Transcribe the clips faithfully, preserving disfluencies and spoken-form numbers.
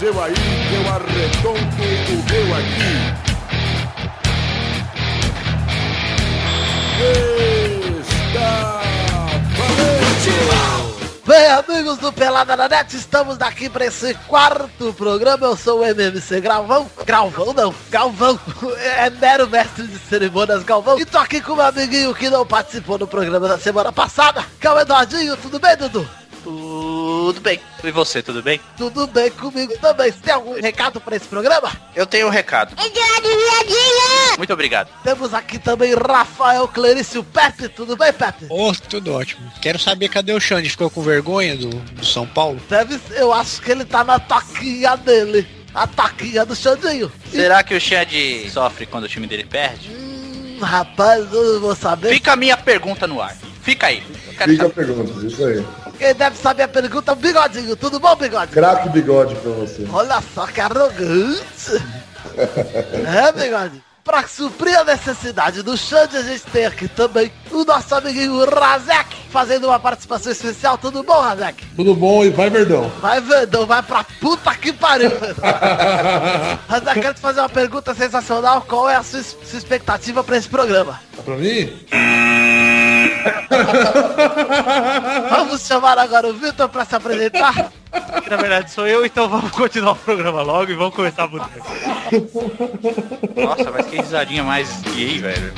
seu aí, que eu arredondo o meu aqui. Está valente! Bem, amigos do Pelada na Net, estamos aqui para esse quarto programa. Eu sou o M M C Galvão. Galvão não, Galvão. É mero mestre de cerimônias Galvão. E tô aqui com meu amiguinho que não participou do programa da semana passada, que é o Eduardinho. Tudo bem, Dudu? Tudo bem. E você, tudo bem? Tudo bem comigo também. Você tem algum recado para esse programa? Eu tenho um recado. Muito obrigado. Temos aqui também Rafael Clerício Pepe. Tudo bem, Pepe? Oh, tudo ótimo. Quero saber cadê o Xande. Ficou com vergonha do, do São Paulo? Deve ser, eu acho que ele tá na toquinha dele. A toquinha do Xandinho. Será que o Xande sofre quando o time dele perde? Hum, rapaz, eu não vou saber. Fica a minha pergunta no ar. Fica aí. Fica a pergunta, isso aí. Quem deve saber a pergunta é o Bigodinho. Tudo bom, Bigode? Craque Bigode pra você. Olha só que arrogante. É, Bigode? Pra suprir a necessidade do Xande, a gente tem aqui também o nosso amiguinho Razek, fazendo uma participação especial. Tudo bom, Razek? Tudo bom, e vai Verdão. Vai Verdão, vai pra puta que pariu, Verdão. Razek, quero te fazer uma pergunta sensacional. Qual é a sua, sua expectativa pra esse programa? Tá pra mim? Vamos chamar agora o Vitor pra se apresentar. Na verdade sou eu, então vamos continuar o programa logo e vamos começar a mudar. Nossa, mas que risadinha mais gay, velho.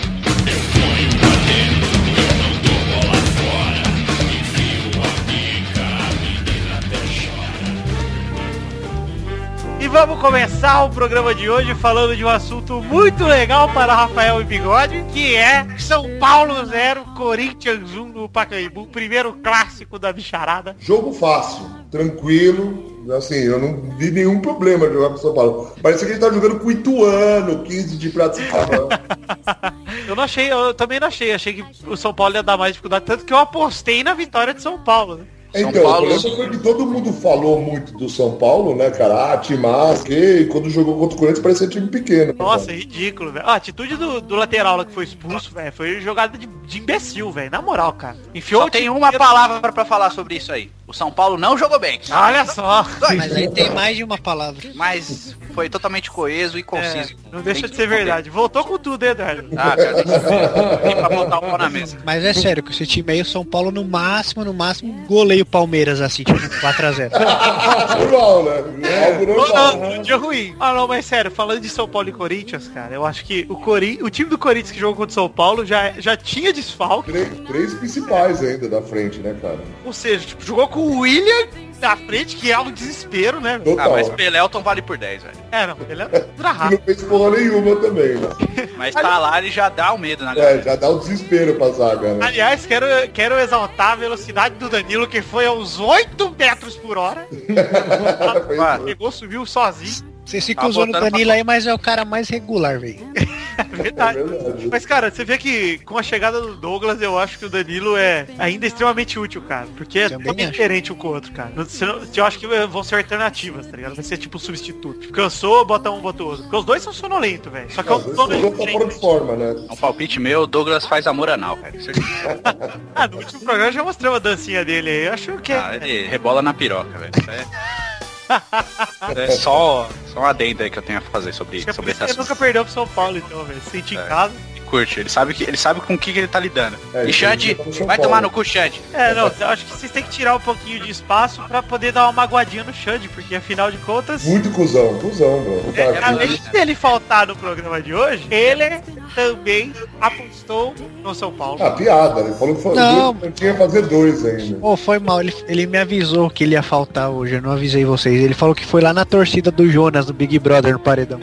E vamos começar o programa de hoje falando de um assunto muito legal para Rafael e Bigode, que é São Paulo zero, Corinthians um no Pacaembu, primeiro clássico da bicharada. Jogo fácil, tranquilo, assim, eu não vi nenhum problema de jogar com o São Paulo. Parece que a gente tá jogando com o Ituano, quinze de Piracicaba. Eu não achei, eu também não achei, achei que o São Paulo ia dar mais dificuldade, tanto que eu apostei na vitória de São Paulo, né? Então, São Paulo... o problema foi que todo mundo falou muito do São Paulo, né, cara? Ah, timas, que quando jogou contra o Corinthians parecia time pequeno. Nossa, cara. ridículo, velho. Ah, a atitude do, do lateral lá que foi expulso, velho, foi jogada de, de imbecil, velho. Na moral, cara. Enfiou Só tem uma palavra pra, pra falar sobre isso aí. O São Paulo não jogou bem. Olha só. Mas aí tem mais de uma palavra. Mas foi totalmente coeso e conciso. É, não deixa de ser verdade. Voltou com tudo, Eduardo. Ah, cara, tem pra botar o pau na mesa. Mas é sério, que esse time aí, o São Paulo no máximo, no máximo, goleia o Palmeiras assim, tipo quatro a zero. Normal, né? Algo Não, normal. não, um dia ruim. Ah, não, mas sério, falando de São Paulo e Corinthians, cara, eu acho que o, Cori... o time do Corinthians que jogou contra o São Paulo já, já tinha desfalque. Três, três principais ainda da frente, né, cara? Ou seja, tipo, jogou com o William na frente, que é um desespero, né? Total. Ah, mas Pelelton vale por dez, velho. É, não, ele é ultra E rápido. não fez porra nenhuma também, né? Mas tá lá, ele já dá o medo na É, galera. já dá o desespero pra zaga, né? Aliás, quero, quero exaltar a velocidade do Danilo, que foi aos oito metros por hora. Ah, Pegou, subiu sozinho. Vocês Tá ficam usando o botando Danilo pra- aí, mas é o cara mais regular, velho. É verdade. É verdade. Mas, cara, você vê que com a chegada do Douglas, eu acho que o Danilo é ainda extremamente útil, cara. Porque é Também totalmente acho. diferente um com o outro, cara. Não- você não- Eu acho que vão ser alternativas, tá ligado? Vai ser tipo um substituto. Tipo, cansou, bota um, bota o outro. Porque os dois são sonolentos, velho. Só que é Às o vezes dono o jogo tá fora de forma, né? um palpite meu, Douglas faz amor anal, cara. Isso aqui. Ah, no último programa eu já mostrei uma dancinha dele aí. Eu acho que é. Ah, ele rebola na piroca, velho. Isso É... é só, só um adendo aí que eu tenho a fazer sobre, Acho que é por sobre isso esse que ele assunto. nunca perdeu pro São Paulo, então, velho. Se sente em É. casa. Curte, ele sabe, que, ele sabe com o que, que ele tá lidando. É, E Xande, ele tá no São vai Paulo. tomar no cu, Xande. É, não, eu acho que vocês têm que tirar um pouquinho de espaço pra poder dar uma magoadinha no Xande, porque afinal de contas. Muito cuzão, cuzão, bro. É, Tá, além dele faltar no programa de hoje, ele também apostou no São Paulo. Ah, piada, ele falou que foi Não. dois, eu tinha que fazer dois ainda. Pô, foi mal, ele, ele me avisou que ele ia faltar hoje, eu não avisei vocês. Ele falou que foi lá na torcida do Jonas, do Big Brother, no paredão.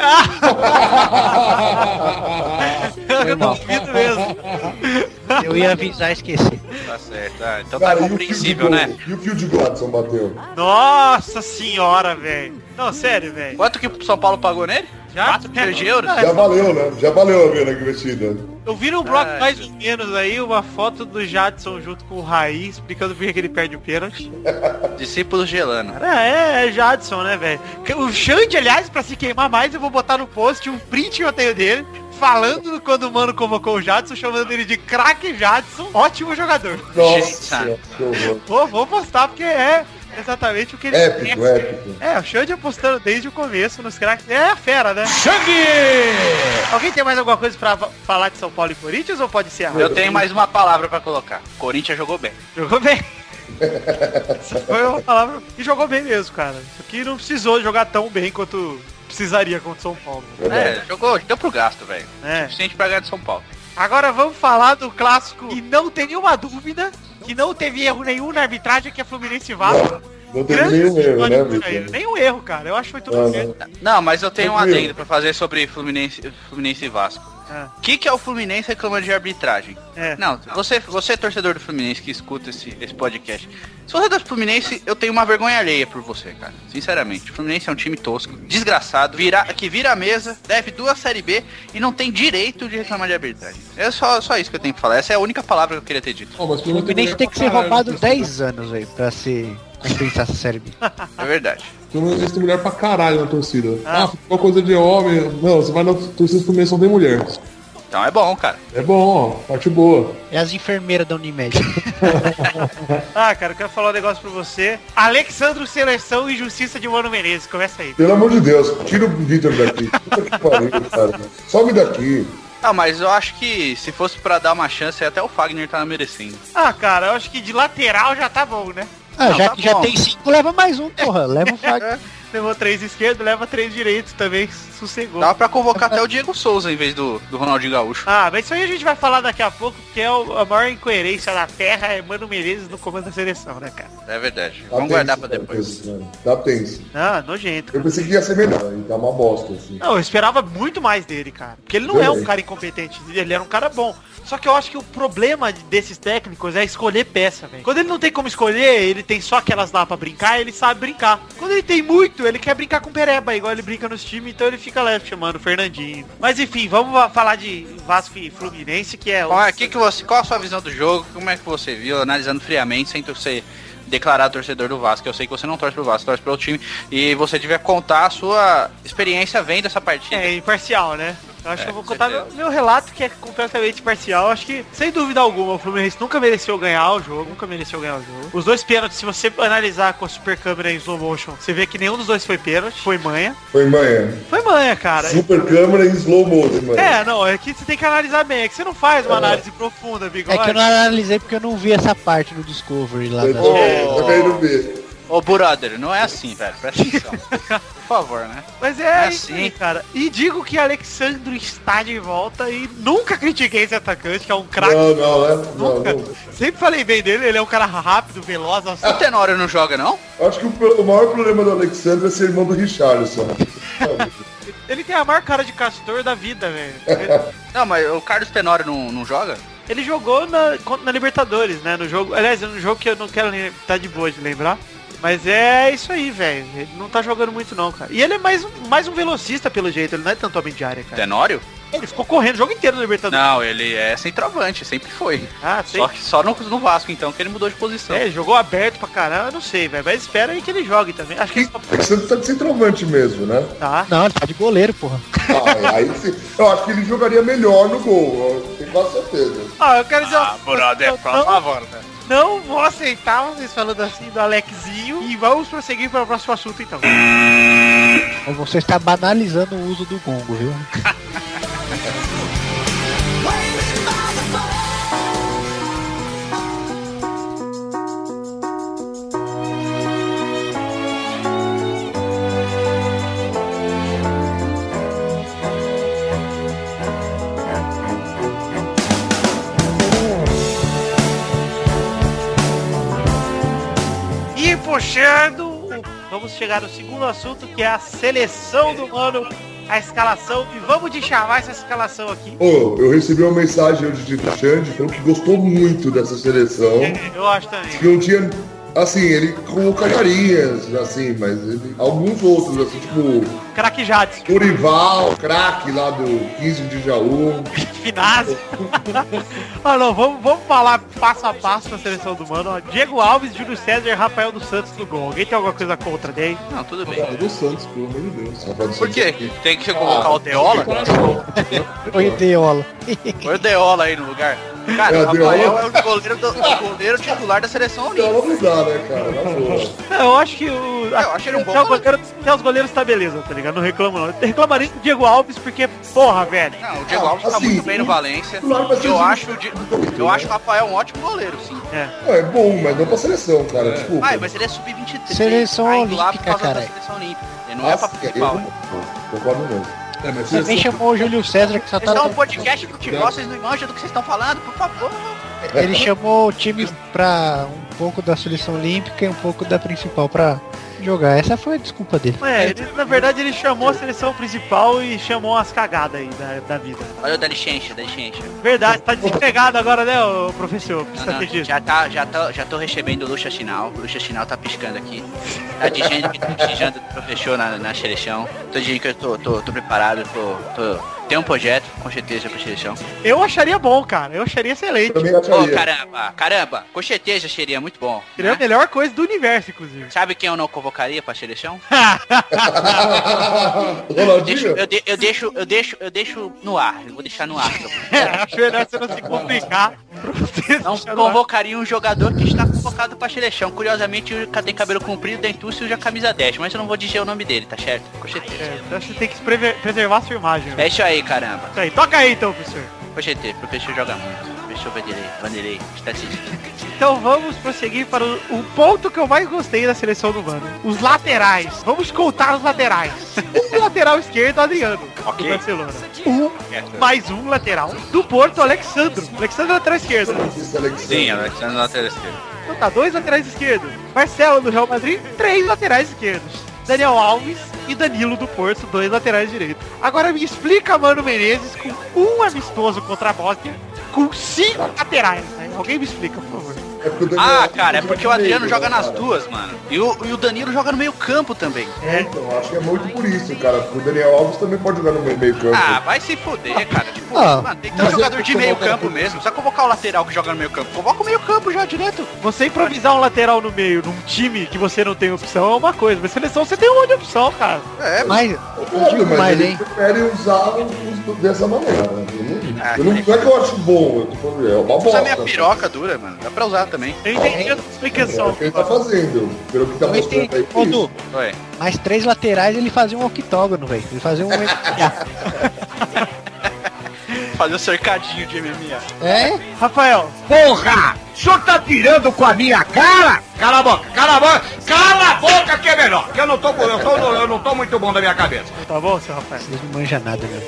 Eu não duvido mesmo. Eu ia avisar e esqueci. Tá certo. Ah, então Cara, tá e o compreensível, field goal? né? E o fio de Gladson bateu? Nossa senhora, velho. Não, sério, velho. Quanto que o São Paulo pagou nele? Já? quatro milhões de euros? Não, é Já só- valeu, né? Já valeu a grana investida. Eu vi no bloco Ai, mais ou menos aí uma foto do Jadson junto com o Raí, explicando por que ele perde o pênalti. Discípulos gelando. É, é Jadson, né, velho? O Xande, aliás, pra se queimar mais, eu vou botar no post um print que eu tenho dele, falando quando o mano convocou o Jadson, chamando ele de craque Jadson, ótimo jogador. Nossa, Gente, que horror. Vou, vou postar porque é, exatamente o que ele Épico, quer. épico. É, o Xande apostando desde o começo nos craques. É a fera, né? Xande! Alguém tem mais alguma coisa pra falar de São Paulo e Corinthians ou pode ser a Eu tenho mais uma palavra pra colocar. Corinthians jogou bem. Jogou bem. Essa foi uma palavra. E jogou bem mesmo, cara. Isso aqui não precisou jogar tão bem quanto precisaria contra o São Paulo. É, jogou, deu pro gasto, velho. É. Suficiente pra ganhar de São Paulo. Agora vamos falar do clássico que não tem nenhuma dúvida, que não teve erro nenhum na arbitragem, que é Fluminense e Vasco. Não teve nenhum erro, né, Vitor? Nenhum erro, cara. Eu acho que foi tudo Ah, certo. Não, mas eu tenho um Tranquilo. adendo pra fazer sobre Fluminense, Fluminense e Vasco. Ah. O que, que é o Fluminense reclamando de arbitragem? É. Não, você, você torcedor do Fluminense que escuta esse, esse podcast. Se você é do Fluminense, eu tenho uma vergonha alheia por você, cara. Sinceramente. O Fluminense é um time tosco, desgraçado, vira, que vira a mesa, deve duas Série B e não tem direito de reclamar de arbitragem. É só, só isso que eu tenho que falar. Essa é a única palavra que eu queria ter dito. Oh, mas O Fluminense tem que ser roubado dez anos, velho, pra se compensar essa série B. É verdade. Pelo menos eles têm mulher pra caralho na torcida. Ah. Ah, ficou coisa de homem. Não, você vai na torcida do Fluminense, não tem mulher. Então é bom, cara. É bom, ó, parte boa. É as enfermeiras da Unimed. Ah, cara, eu quero falar um negócio pra você. Alexandro Seleção e Justiça de Mano Menezes. Começa aí. Pelo amor de Deus, tira o Vitor daqui. Puta que pariu, cara. Some daqui. Ah, mas eu acho que se fosse pra dar uma chance, até o Fagner tá merecendo. Ah, cara, eu acho que de lateral já tá bom, né? Ah, Não, já tá que já bom. tem cinco, leva mais um, porra. Leva o Fagner. Levou três esquerdo, leva três direitos também, sossegou. Dava pra convocar até o Diego Souza em vez do, do Ronaldinho Gaúcho. Ah, mas isso aí a gente vai falar daqui a pouco, porque é o, a maior incoerência da terra é Mano Menezes no comando da seleção, né, cara? É verdade. Tá Vamos tenso, guardar pra cara, depois. esse, mano. Tá tenso. Ah, nojento. Eu pensei que ia ser melhor, e tá uma bosta, assim. Não, eu esperava muito mais dele, cara. Porque ele não é um Também. cara incompetente, ele era um cara bom. Só que eu acho que o problema de- desses técnicos é escolher peça, velho. Quando ele não tem como escolher, ele tem só aquelas lá pra brincar, ele sabe brincar. Quando ele tem muito, ele quer brincar com pereba, igual ele brinca nos times, então ele fica leve chamando o Fernandinho. Mas enfim, vamos a- falar de Vasco e Fluminense, que é... o- Qual, é, que que você, qual a sua visão do jogo? Como é que você viu, analisando friamente, sem você declarar torcedor do Vasco? Eu sei que você não torce pro Vasco, torce pelo time. E você devia contar a sua experiência vendo essa partida. É, imparcial, né? Eu acho É, que eu vou com contar meu, certeza. meu relato, que é completamente parcial. Acho que, sem dúvida alguma, o Fluminense nunca mereceu ganhar o jogo. Nunca mereceu ganhar o jogo. Os dois pênaltis, se você analisar com a super câmera em slow motion, você vê que nenhum dos dois foi pênalti. Foi manha. Foi manhã. Foi manha, cara. Super câmera em slow motion, mano. É, não, é que você tem que analisar bem. É que você não faz uma É. análise profunda, bigode. É que eu não analisei porque eu não vi essa parte no Discovery lá Eu da... tô- É. eu também não vi. Ô, brother, não é assim, velho. Presta atenção. Por favor, né? Mas é, É isso assim. aí, cara. E digo que Alexandro está de volta e nunca critiquei esse atacante, que é um craque. Não, não, né? Não, Nunca. não. Sempre falei bem dele, ele é um cara rápido, veloz, assim. O Tenório não joga, não? Acho que o, pro- o maior problema do Alexandre é ser irmão do Richarlison. Ele tem a maior cara de castor da vida, velho. Ele, Não, mas o Carlos Tenório não, não joga? ele jogou na, na Libertadores, né? No jogo. Aliás, é um jogo que eu não quero nem tá de boa de lembrar. Mas é isso aí, velho. Ele não tá jogando muito não, cara. E ele é mais um, mais um velocista, pelo jeito. Ele não é tanto homem de área, cara. Tenório? Ele ficou correndo o jogo inteiro no Libertadores. Não, ele é centroavante, sempre foi. Ah, sei. Só que só no, no Vasco, então, que ele mudou de posição. É, ele jogou aberto pra caramba, eu não sei, velho. Mas espera aí que ele jogue também. Acho que ele só O Alexandre tá de centroavante mesmo, né? tá. Não, ele tá de goleiro, porra. Ah, aí sim. Eu acho que ele jogaria melhor no gol, eu tenho quase certeza. Ah, eu quero dizer Ah, uma brother, eu por não, favor, né? não vou aceitar vocês falando assim do Alexinho. E vamos prosseguir para o próximo assunto, então. Ou você está banalizando o uso do gongo, viu? E puxando, vamos chegar no segundo assunto, que é a seleção do mano, a escalação. E vamos de chamar essa escalação aqui. Ô, eu recebi uma mensagem hoje de Xande falando que gostou muito dessa seleção. Eu acho também. Que não tinha. Assim, ele colocou carinhas, assim, mas ele, alguns outros, assim, tipo, Craque Jadson, Dorival, craque lá do quinze de Jaú. Finazzi. Ah, não, vamos, vamos falar passo a passo da seleção do mano. Ó, Diego Alves, Júlio César e Rafael dos Santos no gol. Alguém tem alguma coisa contra dele? Não, tudo bem. Cara do Santos, pelo amor de Deus. Por quê? Tem que colocar o Deola? Foi Deola. Põe o Deola aí no lugar. Cara, É, o deu Rafael aula. é o goleiro, do, o goleiro titular da seleção olímpica. Ela não dá, né, cara? Na boa. Eu acho que o. Eu acho ele um bom até, os goleiros, até os goleiros tá beleza, tá ligado? Não reclamo não. Eu reclamaria do Diego Alves porque, porra, velho. Não, o Diego Alves tá assim, muito bem no Valência. titular vai ser Eu o acho, o Di- eu acho o Rafael um ótimo goleiro, sim. É. Não, é bom, mas não pra seleção, cara. Desculpa. Ah, mas ele é sub vinte e três. Seleção tá indo lá olímpica, por causa da cara. seleção olímpica. Ele não é pra Nossa, eu principal. não- concordo mesmo. É, mas Também seleção- chamou o Júlio César, que só Esse tá... é um podcast de futebol, vocês não manjam do que vocês estão falando, por favor. Ele chamou o time pra um pouco da seleção olímpica e um pouco da principal pra jogar. Essa foi a desculpa dele. É, ele, na verdade ele chamou a seleção principal e chamou umas cagadas aí da, da vida. Olha o da licença, da licença. Verdade, tá desempregado agora, né, ô professor? Não, Precisa não, ter disso. já, tá, já, tô, já tô recebendo o Luxa Sinal. O Luxa Sinal tá piscando aqui. Tá dizendo que tá precisando do professor na, na seleção. Tô dizendo que eu tô, tô, tô preparado, tô, tô... Tem um projeto, com certeza, pra seleção. Eu acharia bom, cara. Eu acharia excelente. Também Ô, acharia. caramba, caramba, com certeza seria muito bom. Seria a né? melhor coisa do universo, inclusive. Sabe quem eu não convocaria pra seleção? Deixo- Ronaldinho? eu, de- eu deixo, eu deixo, eu deixo no ar. Eu vou deixar no ar. É, acho melhor você não se complicar pra você Não deixar no ar. convocaria um jogador que está convocado pra seleção. Curiosamente, o tem cabelo comprido, dentuço e usa camisa dez. Mas eu não vou dizer o nome dele, tá certo? Com certeza. É, então você tem que prever- preservar a sua imagem. É Né? isso aí, caramba. Isso aí, toca aí então, professor. Com certeza, o professor joga muito. Professor Vanderlei, Vanderlei, está assistindo. Então vamos prosseguir para o, o ponto que eu mais gostei da seleção do Mano. Os laterais. Vamos contar os laterais. Um lateral esquerdo, Adriano, Ok. do Barcelona. Um, mais um lateral. Do Porto, Alexandro. Alexandro lateral esquerdo. Esse Alexandre. Alexandre lateral esquerdo. Então tá, dois laterais esquerdos. Marcelo do Real Madrid, três laterais esquerdos. Daniel Alves e Danilo do Porto, dois laterais direitos. Agora me explica, Mano Menezes, com um amistoso contra a Bósnia, com cinco laterais. Né? Alguém me explica, por favor. É porque o Daniel Ah, Alves cara, é joga porque no o Adriano meio, joga né, nas cara? duas, mano. E o, e o Danilo joga no meio campo também. É, então, acho que é muito por isso, cara. Porque o Daniel Alves também pode jogar no meio, meio campo. Ah, vai se foder, cara. Tipo, Ah, mano, tem que ter um mas jogador é de porque meio convoca- campo mesmo. Não precisa convocar o lateral que joga no meio campo. Convoca o meio campo já, direto. Você improvisar um lateral no meio num time que você não tem opção é uma coisa, mas seleção você tem um monte de opção, cara. É, Mas, eu Óbvio, digo mas mais, ele hein? prefere usar os dessa maneira. Né? Eu não, Ah, eu não, não é que eu acho bom, eu tô falando, é uma usa bosta. minha piroca dura, mano. Dá pra usar também. Eu entendi a É explicação. o que ele tá fazendo. Pelo que tá Eu mostrando entendi. aí. Ô, é isso. Du, Oi. mais três laterais ele fazia um octógono, velho. Ele fazia um... Fazer o cercadinho de M M A. é? Rafael, Porra! O senhor tá tirando com a minha cara? Cala a boca, cala a boca, cala a boca que é melhor, que eu não tô, eu tô, eu não tô muito bom da minha cabeça. tá bom, seu Rafael? Vocês não manjam nada, meu.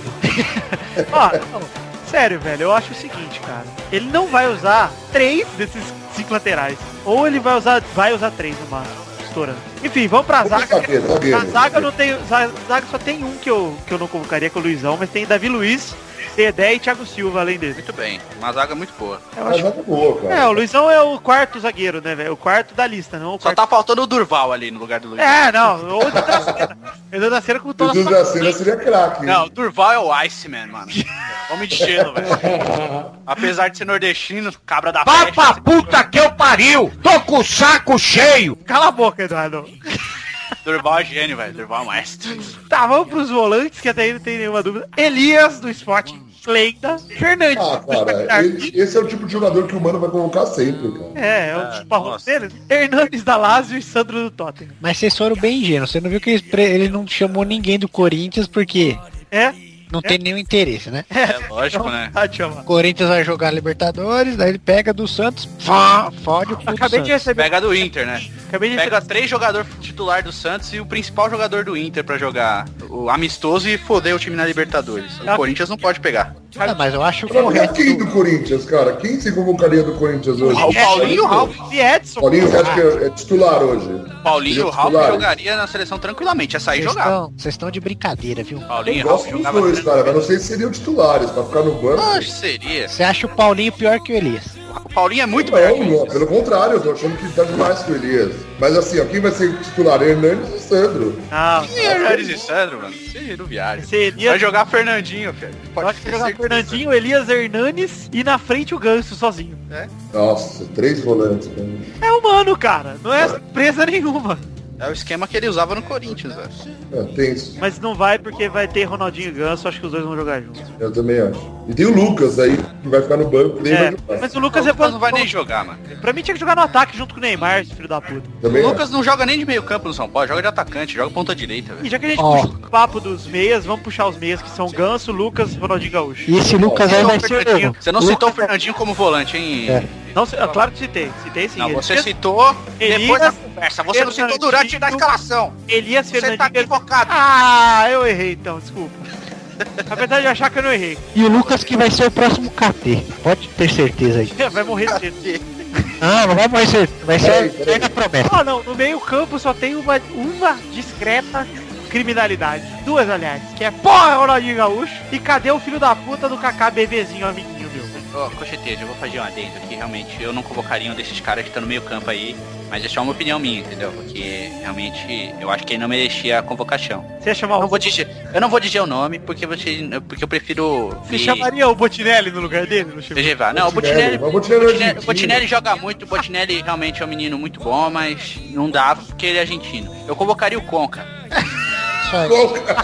Ó, não, sério, velho, eu acho o seguinte, cara. Ele não vai usar três desses cinco laterais. Ou ele vai usar, vai usar três no máximo, estourando. Enfim, vamos pra Vamos zaga. zagueiro, zagueiro. Na zaga eu não tenho. za- Zaga só tem um que eu, que eu não convocaria, que é o Luizão, mas tem Davi Luiz, Dedé e Thiago Silva além dele. Muito bem. Uma zaga muito boa. Eu Mas acho. é boa, cara. É, o Luizão é o quarto zagueiro, né, velho? O quarto da lista, não o Só quarto. tá faltando o Durval ali no lugar do Luiz. É, não, ou o Edu da Cena. Edu da Cena com O toda Jesus da Cena seria craque. Não, o Durval é o Iceman, mano. Homem de gelo, velho. Apesar de ser nordestino, cabra da Vá peste. pra puta que eu pariu! Tô com o saco cheio! Cala a boca, Eduardo. Durval é gênio, velho. Durval é maestro. Tá, vamos pros volantes, que até aí não tem nenhuma dúvida. Elias, do Sporting. Leida. Fernandes. Ah, do cara, Shakhtar. ele- esse é o tipo de jogador que o Mano vai colocar sempre, cara. É, é o Ah, chuparrão nossa. deles. Hernandes da Lazio e Sandro do Tottenham. Mas vocês foram bem ingênuos. Você não viu que ele, pre- ele não chamou ninguém do Corinthians porque É? não tem nenhum interesse, né? É lógico, né? Ah, te amo. O Corinthians vai jogar Libertadores, daí ele pega do Santos, fá, fode o puto Acabei de Santos. receber. Pega do Inter, né? Acabei de Pega receber. três jogadores titular do Santos e o principal jogador do Inter pra jogar o amistoso e foder o time na Libertadores. O Ah. Corinthians não pode pegar. Ah, mas eu acho Pra pegar correto. quem do Corinthians, cara? Quem se convocaria do Corinthians hoje? O Paulinho e o Ralf. E Edson. Paulinho, você acha que é, é titular hoje? Paulinho e o Seria Ralf titular? jogaria na seleção tranquilamente. É sair Vocês jogar. estão- Vocês estão de brincadeira, viu? Paulinho e Eu Ralf gosto dos jogavam. dois, cara, mas não sei se seriam titulares, pra ficar no banco. Acho que seria. Você acha o Paulinho pior que o Elias? O Paulinho é muito melhor que Não, o não, Elias. pelo contrário, eu tô achando que tá demais com o Elias. Mas assim, ó, quem vai ser titular? Hernandes e Sandro. Não, E Hernandes e Sandro, mano. Você não viaja. esse Elias. Vai jogar Fernandinho, filho. Eu acho que vai jogar Fernandinho, Elias Hernandes e na frente o Ganso sozinho. Nossa, três volantes, cara. É humano, cara. Não é surpresa nenhuma. É o esquema que ele usava no Corinthians, velho. É, tem isso. Mas não vai porque vai ter Ronaldinho e Ganso, acho que os dois vão jogar juntos. Eu também acho. E tem o Lucas aí, que vai ficar no banco, nem vai É, jogar. mas o Lucas O é Lucas não vai nem jogar, mano. Pra mim tinha que jogar no ataque junto com o Neymar, esse filho da puta. Também O acho. Lucas não joga nem de meio campo no São Paulo, joga de atacante, joga ponta direita, E velho. já que a gente Ó. puxa o papo dos meias, vamos puxar os meias que são Ganso, Lucas e Ronaldinho Gaúcho. E esse Lucas aí Citou vai o ser Fernandinho. o... Você não citou o Fernandinho como volante, hein? É. Não, ah, claro que citei, citei sim. Não, você Elias- citou Elias- depois da conversa. Você não citou Fernandinho- durante a escalação. Elias Você tá Fernandinho. equivocado. Ah, eu errei então, desculpa. Apesar de achar que eu não errei. E o Lucas que vai ser o próximo K T. Pode ter certeza aí. Vai morrer cedo. Ah, não vai mais ser. Vai ser Peraí, a peraí. eterna promessa. Ah, não, no meio campo só tem uma, uma discreta criminalidade. Duas, aliás, que é porra Ronaldinho Gaúcho e cadê o filho da puta do Kaká bebezinho, amiguinho meu. Ó, Cochetejo, eu vou fazer um adendo aqui. Realmente, eu não convocaria um desses caras que tá no meio campo aí. Mas isso é uma opinião minha, entendeu? Porque realmente eu acho que ele não merecia a convocação. Você ia chamar Eu não o... vou dizer, eu não vou dizer o nome porque você, porque eu prefiro. Você me- chamaria o Botinelli no lugar dele? No time? Reservar. Não, o Botinelli, Botinelli, mas o Botinelli é Botinelli, argentino. o Botinelli joga muito, o Botinelli realmente é um menino muito bom, mas não dava porque ele é argentino. Eu convocaria o Conca. Isso aí.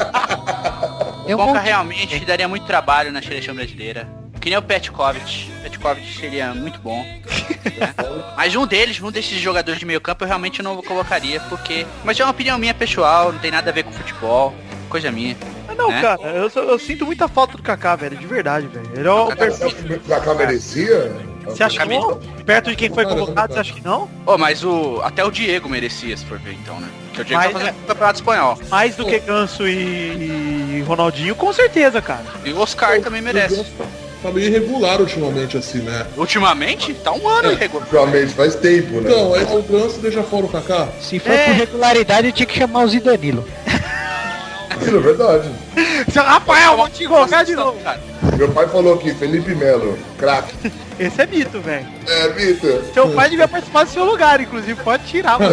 O Eu Conca vou... realmente daria muito trabalho na seleção brasileira. Que nem o Petkovic. Petkovic seria muito bom. Né? Mas um deles, um desses jogadores de meio campo, eu realmente não colocaria, porque... Mas é uma opinião minha pessoal, não tem nada a ver com futebol. Coisa minha. Ah, não, né? cara, eu, só- eu sinto muita falta do Kaká, velho, de verdade, velho. Ele é o Kaká- Você perfil. acha que o Kaká merecia? Você acha que não? Perto de quem foi convocado, você acha que não? Ô, mas o... até o Diego merecia, se for ver, então, né? Porque o Diego Mas- tá fazendo o campeonato espanhol. Mais do que Ganso e, e Ronaldinho, com certeza, cara. E o Oscar também merece. Tá meio irregular ultimamente, assim, né? Ultimamente, tá um ano irregular. Realmente, faz tempo, né? Então, aí o Ganso deixa fora o Kaká. Se for É. por regularidade, eu tinha que chamar o Zidanilo. Isso é verdade. Seu Rafael, vou te colocar de novo. Cara. Meu pai falou aqui, Felipe Melo, craque. Esse é mito, velho. É, Vitor. Seu pai devia participar do seu lugar, inclusive, pode tirar, mano.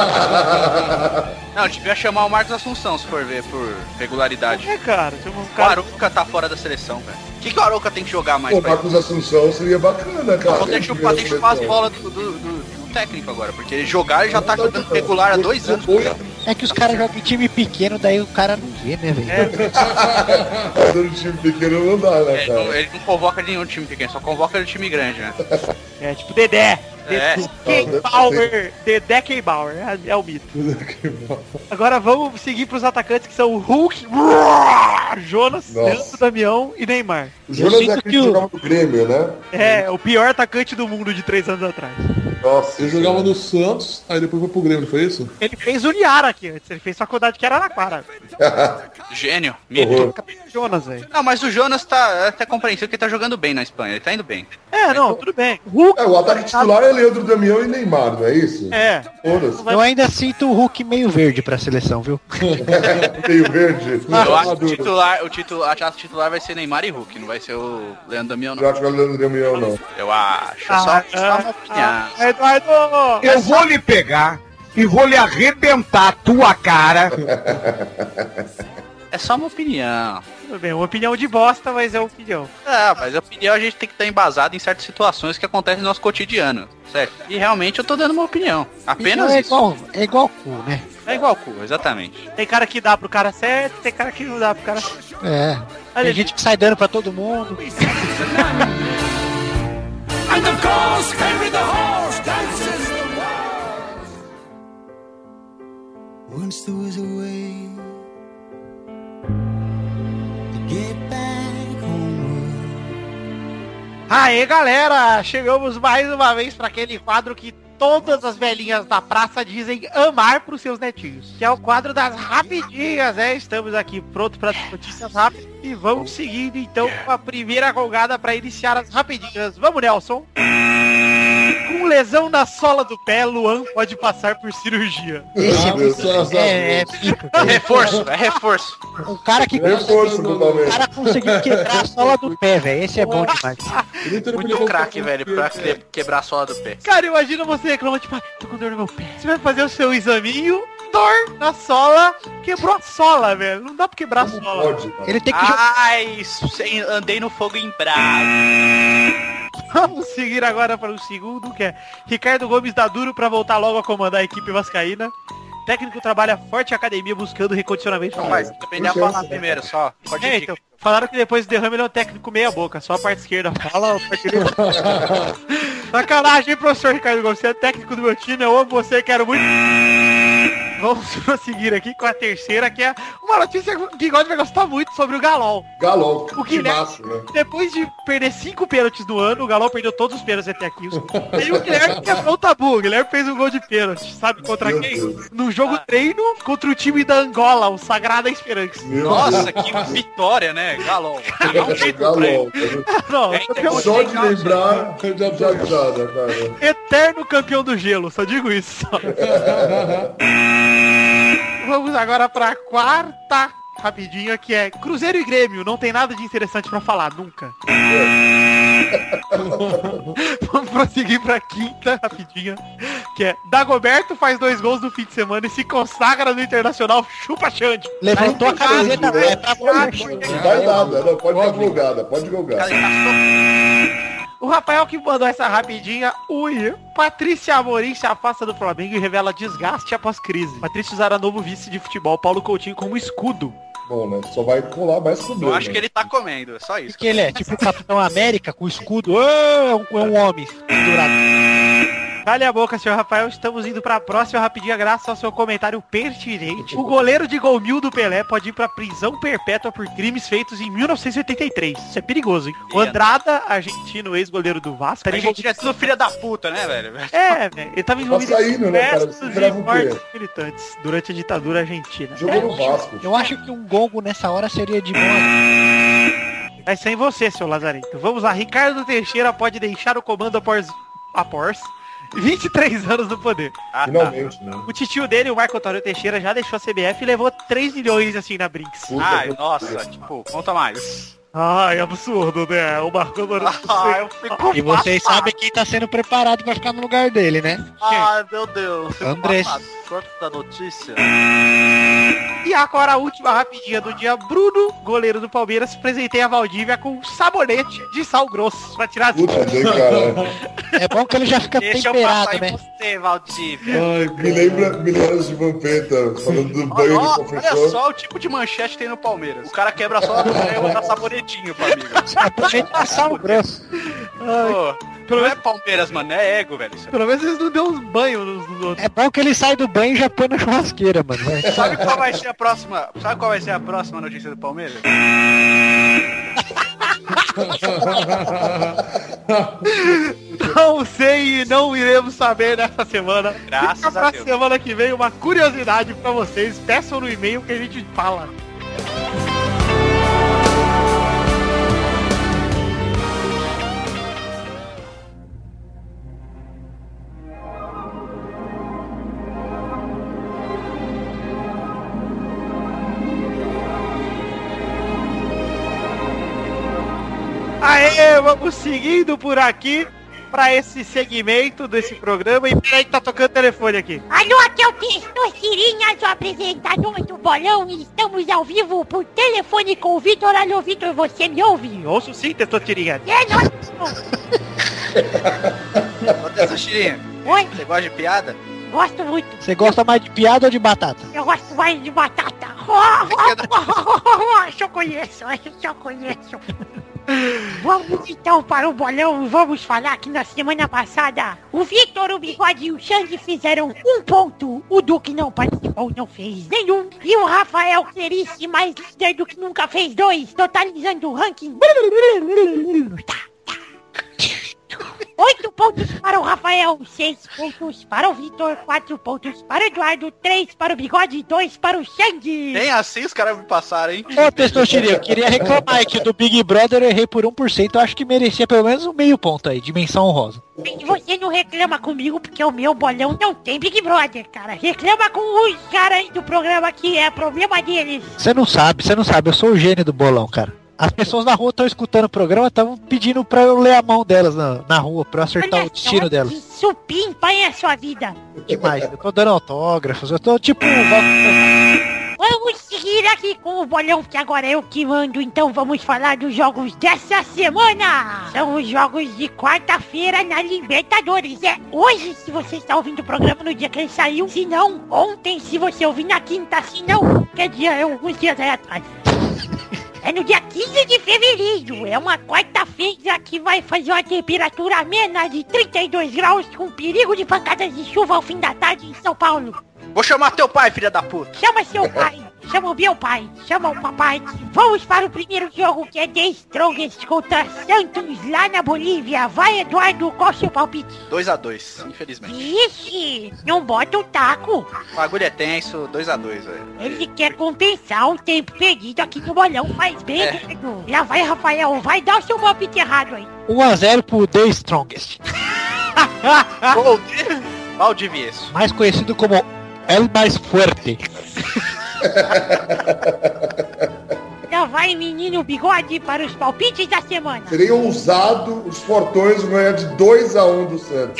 Não, devia chamar o Marcos Assunção, se for ver, por regularidade. É, cara, se um O cara... Arouca tá fora da seleção, velho. O que, que o Arouca tem que jogar mais Pô, pra Marcos Assunção seria bacana, cara. Vou ter que chupar, tem que chupar as bolas do, do, do- do técnico agora, porque ele jogar ele já tá jogando regular há dois anos. É que os caras jogam em time pequeno, daí o cara não vê, né, velho? Todo time pequeno não dá, né, É, não- cara? ele não convoca nenhum time pequeno, só convoca o time grande, né? É, tipo Dedé. É. Dedé Bauer. Dedé Bauer, é, é o mito. Agora vamos seguir pros atacantes que são o Hulk, Jonas, Nossa. Leandro Damião e Neymar. O Jonas sinto é aquele que que o- jogava no Grêmio, né? É, o pior atacante do mundo de três anos atrás. Nossa. Ele jogava no Santos, aí depois foi pro Grêmio, não foi isso? Ele fez o Niara aqui antes, ele fez faculdade que era na Araraquara. Gênio, mito. Horror. Jonas, velho. Não, mas o Jonas tá é até compreensível que ele tá jogando bem na Espanha, ele tá indo bem. É, não, tudo bem. Hulk, É, o ataque titular é Leandro Damião e Neymar, não é isso? é. Foda-se. Eu ainda sinto o Hulk meio verde pra seleção, viu? Meio verde. Eu acho que o Maduro. titular, o titular, acho que o titular vai ser Neymar e Hulk, não vai ser o Leandro Damião, Eu não. acho que é o Leandro Damião, não. Eu acho. É só, só uma opinião. ah, Eduardo! Eu vou lhe pegar e vou lhe arrebentar a tua cara. É só uma opinião. Tudo bem, uma opinião de bosta, mas é uma opinião. É, mas a opinião a gente tem que estar embasado em certas situações que acontecem no nosso cotidiano, certo? E realmente eu tô dando uma opinião. Apenas é isso. igual, é igual cu, né? É igual cu, exatamente. Tem cara que dá pro cara certo, tem cara que não dá pro cara certo. É. Olha, Tem gente que sai dando pra todo mundo. And of course, Henry the Horse dances the waltz. Once there was a way to get back homeward. Aê, galera! Chegamos mais uma vez para aquele quadro que todas as velhinhas da praça dizem amar pros seus netinhos. Que é o quadro das rapidinhas, né? Estamos aqui prontos para as notícias rápidas e vamos seguindo então com a primeira colgada para iniciar as rapidinhas. Vamos, Nelson! Com lesão na sola do pé, Luan pode passar por cirurgia. Esse é Ah, muito. Deus, É, é pica. É reforço, é reforço. O cara que Reforço o totalmente. cara conseguiu quebrar a sola do pé, velho. Esse é bom demais. Ele entrou Muito craque, velho, pra que- quebrar a sola do pé. Cara, imagina você reclamando, tipo, ah, tô com dor no meu pé. Você vai fazer o seu examinho, dor na sola, quebrou a sola, velho. Não dá pra quebrar a sola. Pode, cara. Ele tem que jogar. Ai, sem- andei no fogo em bravo. Vamos seguir agora para o segundo, que é Ricardo Gomes dá duro pra voltar logo a comandar a equipe vascaína. técnico trabalha forte em academia buscando recondicionamento. Não, mas depende a falar primeiro, só. Pode É, ir. então, falaram que depois do derrame ele é um técnico meia boca, só a parte esquerda fala, a parte direita. Sacanagem, hein, professor Ricardo Gomes? Você é técnico do meu time, eu amo você, quero muito. Vamos prosseguir aqui com a terceira, que é uma notícia que o Bigode vai gostar muito sobre o Galol. Galol, O que Guilherme, massa, né? depois de perder cinco pênaltis no ano, o Galol perdeu todos os pênaltis até aqui. Os... Aí o Guilherme quebrou o tabu. O Guilherme fez um gol de pênalti. Sabe contra Meu quem? Deus. No jogo treino contra o time da Angola, o Sagrada Esperança. Meu Nossa, Deus. que vitória, né? Galol. Galol. Não, É, campeão- Só de lembrar, já já já, cara. eterno campeão do gelo, só digo isso. Só. Vamos agora pra quarta, rapidinho, que é Cruzeiro e Grêmio. Não tem nada de interessante pra falar, nunca. Vamos prosseguir pra quinta, rapidinho, que é Dagoberto faz dois gols no fim de semana e se consagra no Internacional, chupa Xande. Levantou a camiseta, Não é pra não vai nada, não, pode ficar plugada, pode jogar. Cara, ele tá O Rafael que mandou essa rapidinha, ui, Patrícia Amorim se afasta do Flamengo e revela desgaste após crise. Patrícia usará novo vice de futebol, Paulo Coutinho, como escudo. Bom, né? Só vai colar mais Eu problema. acho que ele tá comendo, é só isso. que ele é, tipo o Capitão América com escudo. Ah, é, um, é um homem pendurado. Cale a boca, senhor Rafael. Estamos indo pra próxima rapidinha, graças ao seu comentário pertinente. O goleiro de gol mil do Pelé pode ir pra prisão perpétua por crimes feitos em mil novecentos e oitenta e três. Isso é perigoso, hein? O Andrada, argentino, ex-goleiro do Vasco. A gente é tudo filha da puta, né, velho? É, velho. Ele tava envolvido Vascaíno, né, cara? diversos Você esperava e o quê? mortes militantes durante a ditadura argentina. Jogou no Vasco. Eu acho que um gongo nessa hora seria de boa. Mas sem você, seu Lazarento. Vamos lá. Ricardo Teixeira pode deixar o comando após... após... vinte e três anos no poder. Ah, Finalmente, né? O titio dele, o Marco Antônio Teixeira, já deixou a C B F e levou três milhões assim na Brinks. Puta, Ai, puta. nossa, tipo, conta mais. Ai, absurdo, né? O Marco Antônio Ah, eu fico E vocês passado. sabem quem tá sendo preparado pra ficar no lugar dele, né? Ai, meu Deus. Fico Andrés. passado. Quanto da notícia? E agora a última rapidinha do dia. Bruno, goleiro do Palmeiras, presenteia a Valdívia com um sabonete de sal grosso pra tirar as... Puta, né, cara? É bom que ele já fica Deixa eu temperado, passar né? em você, Valdívia. Ai, Me lembra, me lembra de Vampeta, falando do banho Olha, do olha professor. só o tipo de manchete que tem no Palmeiras. O cara quebra só a mulher e dá sabonetinho pra amigo. Sabonete de sal grosso. Pô, Pelo não é menos, Palmeiras, mano, é ego, velho. Isso pelo menos eles não deu uns banhos nos, nos outros. É bom que ele sai do banho e já põe na churrasqueira, mano. é- Sabe qual vai ser a próxima? Sabe qual vai ser a próxima notícia do Palmeiras? Não sei e não iremos saber nessa semana. Graças Fica a pra Deus. semana que vem uma curiosidade pra vocês. Peçam no e-mail que a gente fala. Aê, vamos seguindo por aqui pra esse segmento desse programa. E peraí que tá tocando o telefone aqui. Alô, aqui é o Testosterinha, o apresentador do bolão, e estamos ao vivo por telefone com o Vitor. Alô, Vitor, você me ouve? Ouço sim, Testosterinha. É, nós... Ô, Tessuchirinha, Oi, você gosta de piada? gosto muito. Você gosta mais de piada ou de batata? Eu gosto mais de batata. Só conheço, só conheço. Vamos então para o bolão. Vamos falar que na semana passada o Vitor, o Bigode e o Xande fizeram um ponto. O Duque não participou, não fez nenhum. E o Rafael Clerice, mais líder do que nunca, fez dois, totalizando o ranking. Oito pontos para o Rafael, seis pontos para o Vitor, quatro pontos para o Eduardo, três para o Bigode e dois para o Xande. Nem assim os caras me passaram, hein? Ô, Testosterinha, eu queria reclamar que do Big Brother eu errei por um por cento. Eu acho que merecia pelo menos um meio ponto aí, dimensão honrosa. E você não reclama comigo porque o meu bolão não tem Big Brother, cara. Reclama com os caras aí do programa que é problema deles. Você não sabe, você não sabe, eu sou o gênio do bolão, cara. As pessoas na rua estão escutando o programa, estavam pedindo pra eu ler a mão delas na, na rua, pra eu acertar Olha o destino só, delas. que supimpa é a sua vida. Demais, eu tô dando autógrafos, eu tô tipo... Vamos seguir aqui com o bolão, que agora é eu que mando. Então vamos falar dos jogos dessa semana. São os jogos de quarta-feira na Libertadores. É hoje, se você está ouvindo o programa no dia que ele saiu. Se não, ontem, se você ouvir na quinta. Se não, quer dia, é alguns dias aí atrás. É no dia quinze de fevereiro, é uma quarta-feira que vai fazer uma temperatura amena de trinta e dois graus com perigo de pancadas de chuva ao fim da tarde em São Paulo. Vou chamar teu pai, filha da puta. Chama seu pai, chama o meu pai, chama o papai. Vamos para o primeiro jogo, que é The Strongest contra Santos lá na Bolívia. Vai, Eduardo, qual o seu palpite? dois a dois, infelizmente. Ixi, não bota o taco. O bagulho é tenso, dois a dois, velho. Ele quer compensar o tempo perdido aqui no bolão, faz bem, É. Eduardo. Já vai, Rafael, vai dar o seu palpite errado aí. um a zero pro The Strongest. Gol de Valdivieso. Mais conhecido como El Mais Fuerte. Já vai, menino bigode, para os palpites da semana. Serei ousado os portões vão ganhar de dois a um do Santos.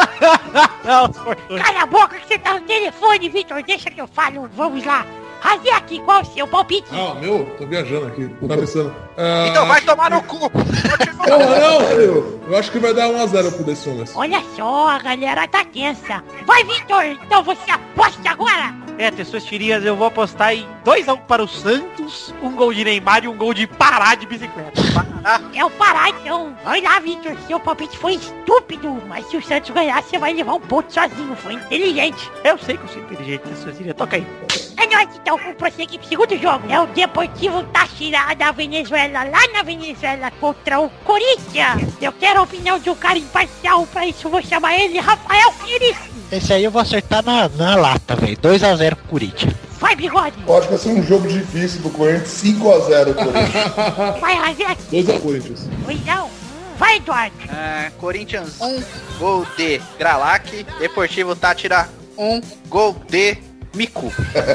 Cala a boca que você tá no telefone, Vitor. Deixa que eu falo. Vamos lá. Razek, qual o seu palpite? Ah, meu, tô viajando aqui, tô pensando. Ah, Então vai tomar no cu. Porra, não, eu, eu acho que vai dar um a zero pro The Strongest. Olha só, a galera tá tensa. Vai, Vitor. Então você aposta agora. É, ter suas tirinhas, eu vou apostar em dois a um para o Santos, um gol de Neymar e um gol de Pará de bicicleta. É o Pará, então. Vai lá, Vitor. Seu palpite foi estúpido. Mas se o Santos ganhar, você vai levar um ponto sozinho. Foi inteligente. Eu sei que eu sou inteligente, ter suas tirinhas. Toca aí. É nóis, então, vamos prosseguir pro segundo jogo. É o Deportivo Táchira da Venezuela, lá na Venezuela, contra o Corinthians. Eu quero a opinião de um cara imparcial, pra isso eu vou chamar ele Rafael Pires. Esse aí eu vou acertar na, na lata, velho. dois a zero pro Corinthians. Vai, bigode. Eu acho que vai ser um jogo difícil pro Corinthians, cinco a zero Corinthians. Vai, Razek. dois a Corinthians. Pois não. Vai, Eduardo. É, Corinthians um, gol de Gralac. Deportivo Tátira um, gol de Miku.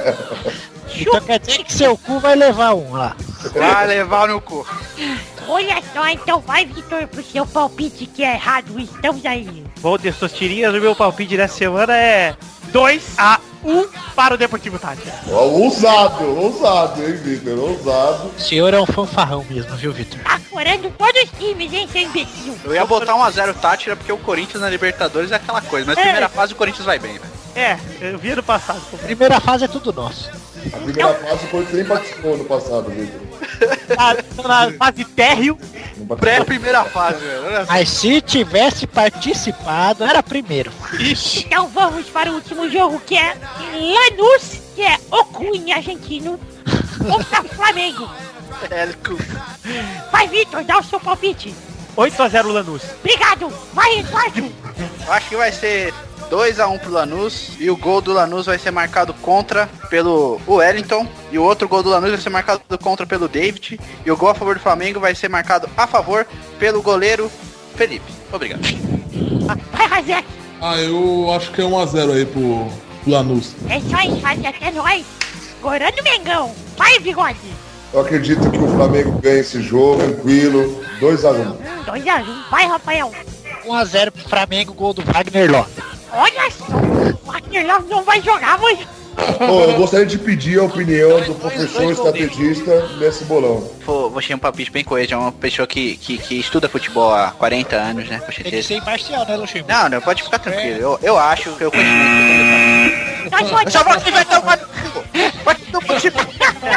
Então quer dizer que seu cu vai levar um lá. Vai levar no cu. Olha só, então vai, Vitor, pro seu palpite que é errado. Estamos aí. Vou ter suas tirinhas, o meu palpite dessa semana é dois a um para o Deportivo Táchira. Ó, ousado, ousado, hein, Vitor? Ousado. O senhor é um fanfarrão mesmo, viu, Vitor? Tá corando todos os times, hein, seu imbecil. Eu ia botar um a zero Tátira porque o Corinthians na Libertadores é aquela coisa. Mas É. primeira fase o Corinthians vai bem, velho. É, eu vi ano passado. Primeira fase é tudo nosso. A primeira fase o Corinthians nem participou no passado, Vitor. Na, na fase térreo. Não participou. Pré-primeira fase, velho. Olha só. Mas se tivesse participado, era primeiro. Então vamos para o último jogo, que é Lanús, que é Okun argentino, contra Flamengo. É, cu. Vai, Vitor, dá o seu palpite. oito a zero Lanús. Obrigado. Vai, Eduardo. Eu acho que vai ser dois a um pro Lanús. E o gol do Lanús vai ser marcado contra pelo Wellington. E o outro gol do Lanús vai ser marcado contra pelo David. E o gol a favor do Flamengo vai ser marcado a favor pelo goleiro Felipe. Obrigado. Vai, Razek. Ah, eu acho que é um a zero aí pro, pro Lanús. É isso aí, Razek, é nóis. Gorando Mengão. Vai, Bigode. Eu acredito que o Flamengo ganha esse jogo, tranquilo, dois a um. dois a um. Vai, Rafael. um a zero pro Flamengo, gol do Wagner Lopes. Olha só. O Wagner Love não vai jogar, mas... Pô, eu gostaria de pedir a opinião do professor estrategista nesse bolão. Vou, vou ter um palpite bem coeso. É uma pessoa que, que, que estuda futebol há quarenta anos, né? Com Tem que certeza. ser imparcial, né, Luxemburgo? Não, não, pode ficar tranquilo. Eu, eu acho que eu continuo. Nós vamos... Eu só vou que vai tomar no cu. Vai tomar no cu.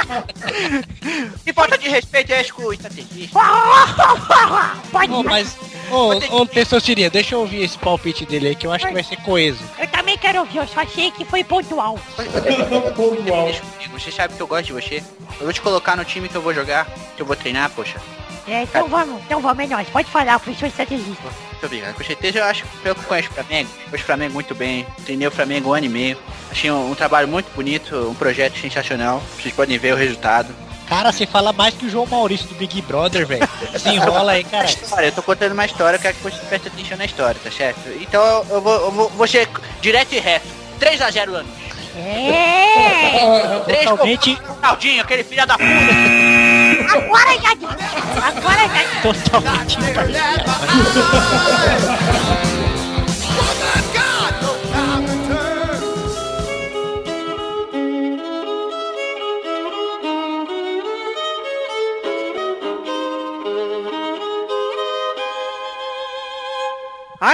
Que falta de respeito é com o estrategista. Pode Ô, mas, ô, ô, Testosterinha, deixa eu ouvir esse palpite dele aí, que eu acho que vai ser coeso. Eu também quero ouvir, eu só achei que foi pontual. Deixa comigo, você sabe que eu gosto de você. Eu vou te colocar no time que eu vou jogar, que eu vou treinar, poxa. É, então vamos, então vamos, é nóis. Pode falar, professor estrategista. Muito obrigado. Com certeza eu acho, pelo que eu conheço o Flamengo, conheço o Flamengo muito bem. Treinei o Flamengo um ano e meio. Achei um, um trabalho muito bonito, um projeto sensacional. Vocês podem ver o resultado. Cara, você fala mais que o João Maurício do Big Brother, velho. Se enrola aí, cara. Olha, eu tô contando uma história, eu quero que você preste atenção na história, tá certo? Então eu, eu, vou, eu vou, vou ser direto e reto. três a zero Lanús. É! três Totalmente, com o Ronaldinho, aquele filho da puta. Agora já disse. Agora já disse. totalmente imparcial.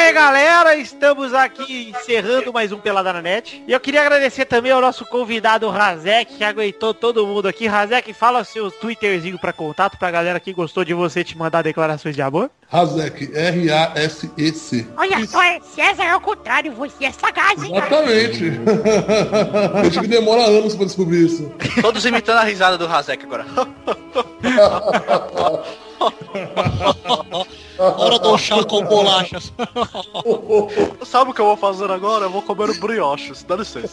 bem, galera, estamos aqui encerrando mais um Pelada na Net. E eu queria agradecer também ao nosso convidado Razek, que aguentou todo mundo aqui. Razek, fala seu Twitterzinho pra contato pra galera que gostou de você te mandar declarações de amor. Razek, R A S E C. Olha só, é César ao contrário, você é sagaz, hein? Exatamente. Acho que demora anos pra descobrir isso. Todos imitando a risada do Razek agora. Hora do chá com bolachas. Sabe o que eu vou fazer agora? Eu vou comer brioches. Dá licença.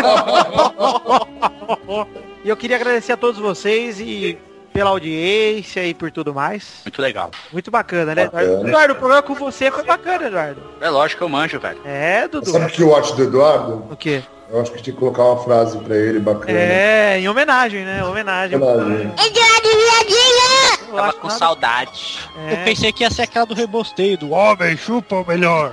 E eu queria agradecer a todos vocês e pela audiência e por tudo mais. Muito legal. Muito bacana, né, Bacana. Eduardo? Eduardo, o programa com você foi bacana, Eduardo. É lógico que eu manjo, velho. É, Dudu. Sabe o que eu acho do Eduardo? O quê? Eu acho que tinha que colocar uma frase pra ele bacana. É, em homenagem, né? Homenagem. Homenagem. Eu Tava acho com nada- saudade. É. Eu pensei que ia ser aquela do rebosteio, do homem chupa o melhor.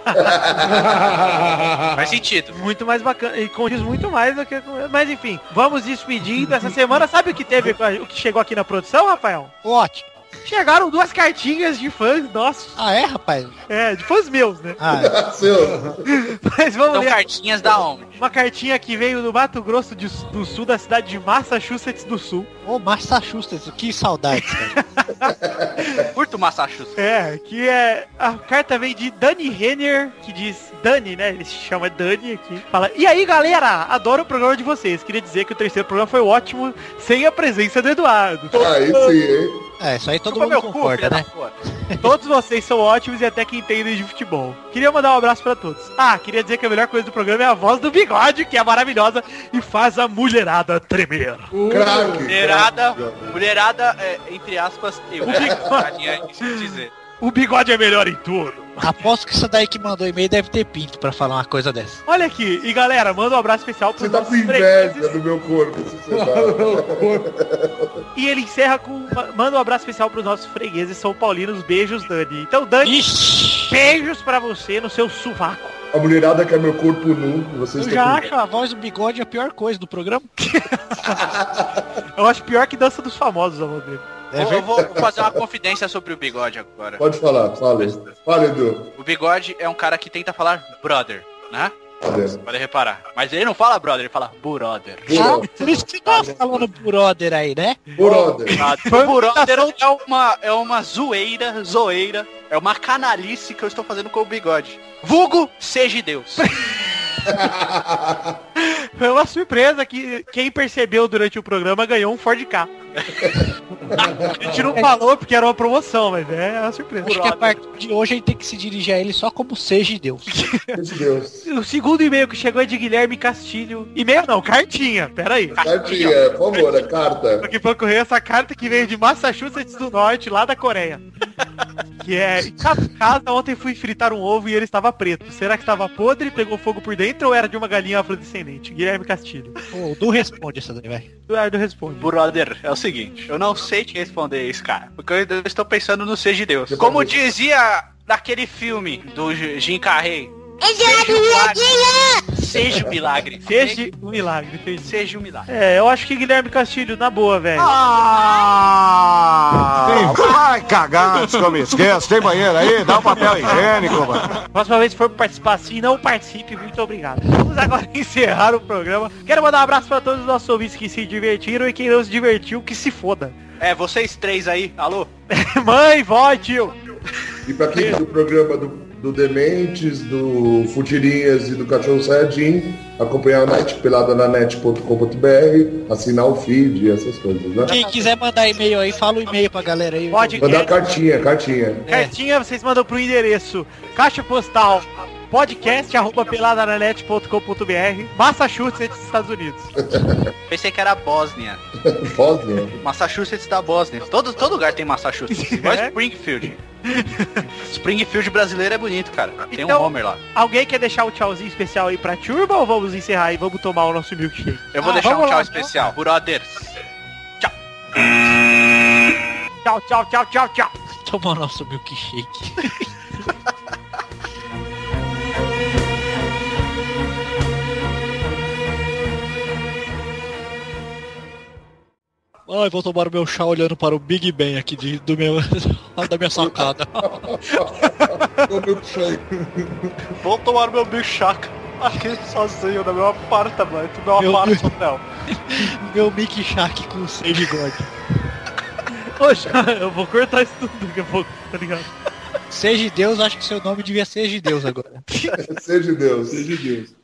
Faz sentido. Muito mais bacana, e condiz muito mais do que... Mas enfim, vamos despedindo essa semana. Sabe o que teve, o que chegou aqui na produção, Rafael? Ótimo. Chegaram duas cartinhas de fãs nossos. Ah, é, rapaz? É, de fãs meus, né? Ah, Seu. Mas vamos São ler cartinhas da onde? uma cartinha que veio do Mato Grosso de- do Sul, da cidade de Massachusetts do Sul. ô, Massachusetts, que saudades, cara. Curto Massachusetts. É, que é... A carta vem de Dani Renner, que diz... Dani, né? Ele se chama Dani aqui. Fala, e aí, galera? Adoro o programa de vocês. Queria dizer que o terceiro programa foi ótimo, sem a presença do Eduardo. Aí sim, hein? É, isso aí todo Chupa mundo meu cu, concorda, filha da né? puta. Todos vocês são ótimos e até que entendem de futebol. Queria mandar um abraço pra todos. Ah, queria dizer que a melhor coisa do programa é a voz do Bigode, que é maravilhosa e faz a mulherada tremer. Craque. Mulherada, craque. mulherada, é, entre aspas, eu. Tadinha, isso que dizer. O Bigode é melhor em tudo. Aposto que isso daí que mandou e-mail deve ter pinto pra falar uma coisa dessa. Olha aqui, e galera, manda um abraço especial Você pros tá nossos com inveja fregueses. do meu corpo. se você tá. E ele encerra com... Manda um abraço especial pros nossos fregueses são paulinos. Beijos, Dani. Então, Dani, Ixi! beijos pra você no seu sovaco. A mulherada quer meu corpo nu. Vocês Eu estão já com acho a voz do bigode a pior coisa do programa. Eu acho pior que Dança dos Famosos, a voz dele. É Vou- eu vou fazer uma confidência sobre o Bigode agora. Pode falar, fale. Fale, Edu. O Bigode é um cara que tenta falar brother, né? Cadê? Pode reparar. Mas ele não fala brother, ele fala brother. Brother. Por isso que você tá falando brother aí, né? Brother. O brother é uma, é uma zoeira, zoeira, é uma canalice que eu estou fazendo com o Bigode. Vulgo, seja Deus. Foi uma surpresa que quem percebeu durante o programa ganhou um Ford K. A gente não falou porque era uma promoção, mas é uma surpresa. Acho que a partir de hoje a gente tem que se dirigir a ele só como seja Deus. Meu Deus. O segundo e-mail que chegou é de Guilherme Castilho. E-mail não, cartinha, pera aí. Cartinha, por favor, a carta. Aqui foi correr essa carta que veio de Massachusetts do Norte, lá da Coreia. Que é, em casa ontem fui fritar um ovo e ele estava preto. Será que estava podre, pegou fogo por dentro ou era de uma galinha afrodescendente? Guilherme Castilho. Ô, o Du responde essa daí, vai. Eduardo responde. Brother, é o seguinte, eu não sei te responder isso, cara. Porque eu ainda estou pensando no seja Deus. Como dizia naquele filme do Jim Carrey. Seja um milagre. Seja um milagre. Seja um milagre, entendi. Seja um milagre. É, eu acho que Guilherme Castilho, na boa, velho. Ah! Vai cagar antes que eu me esqueça. Tem banheiro aí? Dá um papel higiênico, mano. Próxima vez que for participar assim, não participe, muito obrigado. Vamos agora encerrar o programa. Quero mandar um abraço para todos os nossos ouvintes que se divertiram e quem não se divertiu, que se foda. É, vocês três aí, alô? Mãe, vó, tio. E pra quem do programa do, do Dementes, do Futirinhas e do Cachorro Sayajin, acompanhar a net, peladananet ponto com ponto br, assinar o feed e essas coisas, né? Quem quiser mandar e-mail aí, fala o e-mail pra galera aí. Pode. Mandar cartinha, cartinha. Cartinha vocês mandam pro endereço caixa postal podcast arroba peladananet ponto com ponto br, Massachusetts, Estados Unidos. Pensei que era Bósnia. Bósnia. Massachusetts da Bósnia. Todo, todo lugar tem Massachusetts. Igual É? Springfield. Springfield brasileiro é bonito, cara. Tem Então- um Homer lá. Alguém quer deixar um tchauzinho especial aí pra turma ou vamos encerrar e vamos tomar o nosso milkshake? Eu vou Ah, deixar um vamos tchau lá, especial. Brothers. Tchau, tchau, tchau, tchau, tchau. Tomar o nosso milkshake. Ai, vou tomar o meu chá olhando para o Big Ben aqui de, do meu, da minha sacada. Vou tomar meu Big Shack aqui sozinho no meu apartamento, no meu Meu apartamento. Meu Mickey Shark com seis bigodes. Poxa, eu vou cortar isso tudo daqui a pouco, tá ligado? Seja Deus, acho que seu nome devia ser de Deus agora. Seja Deus. Seja Deus.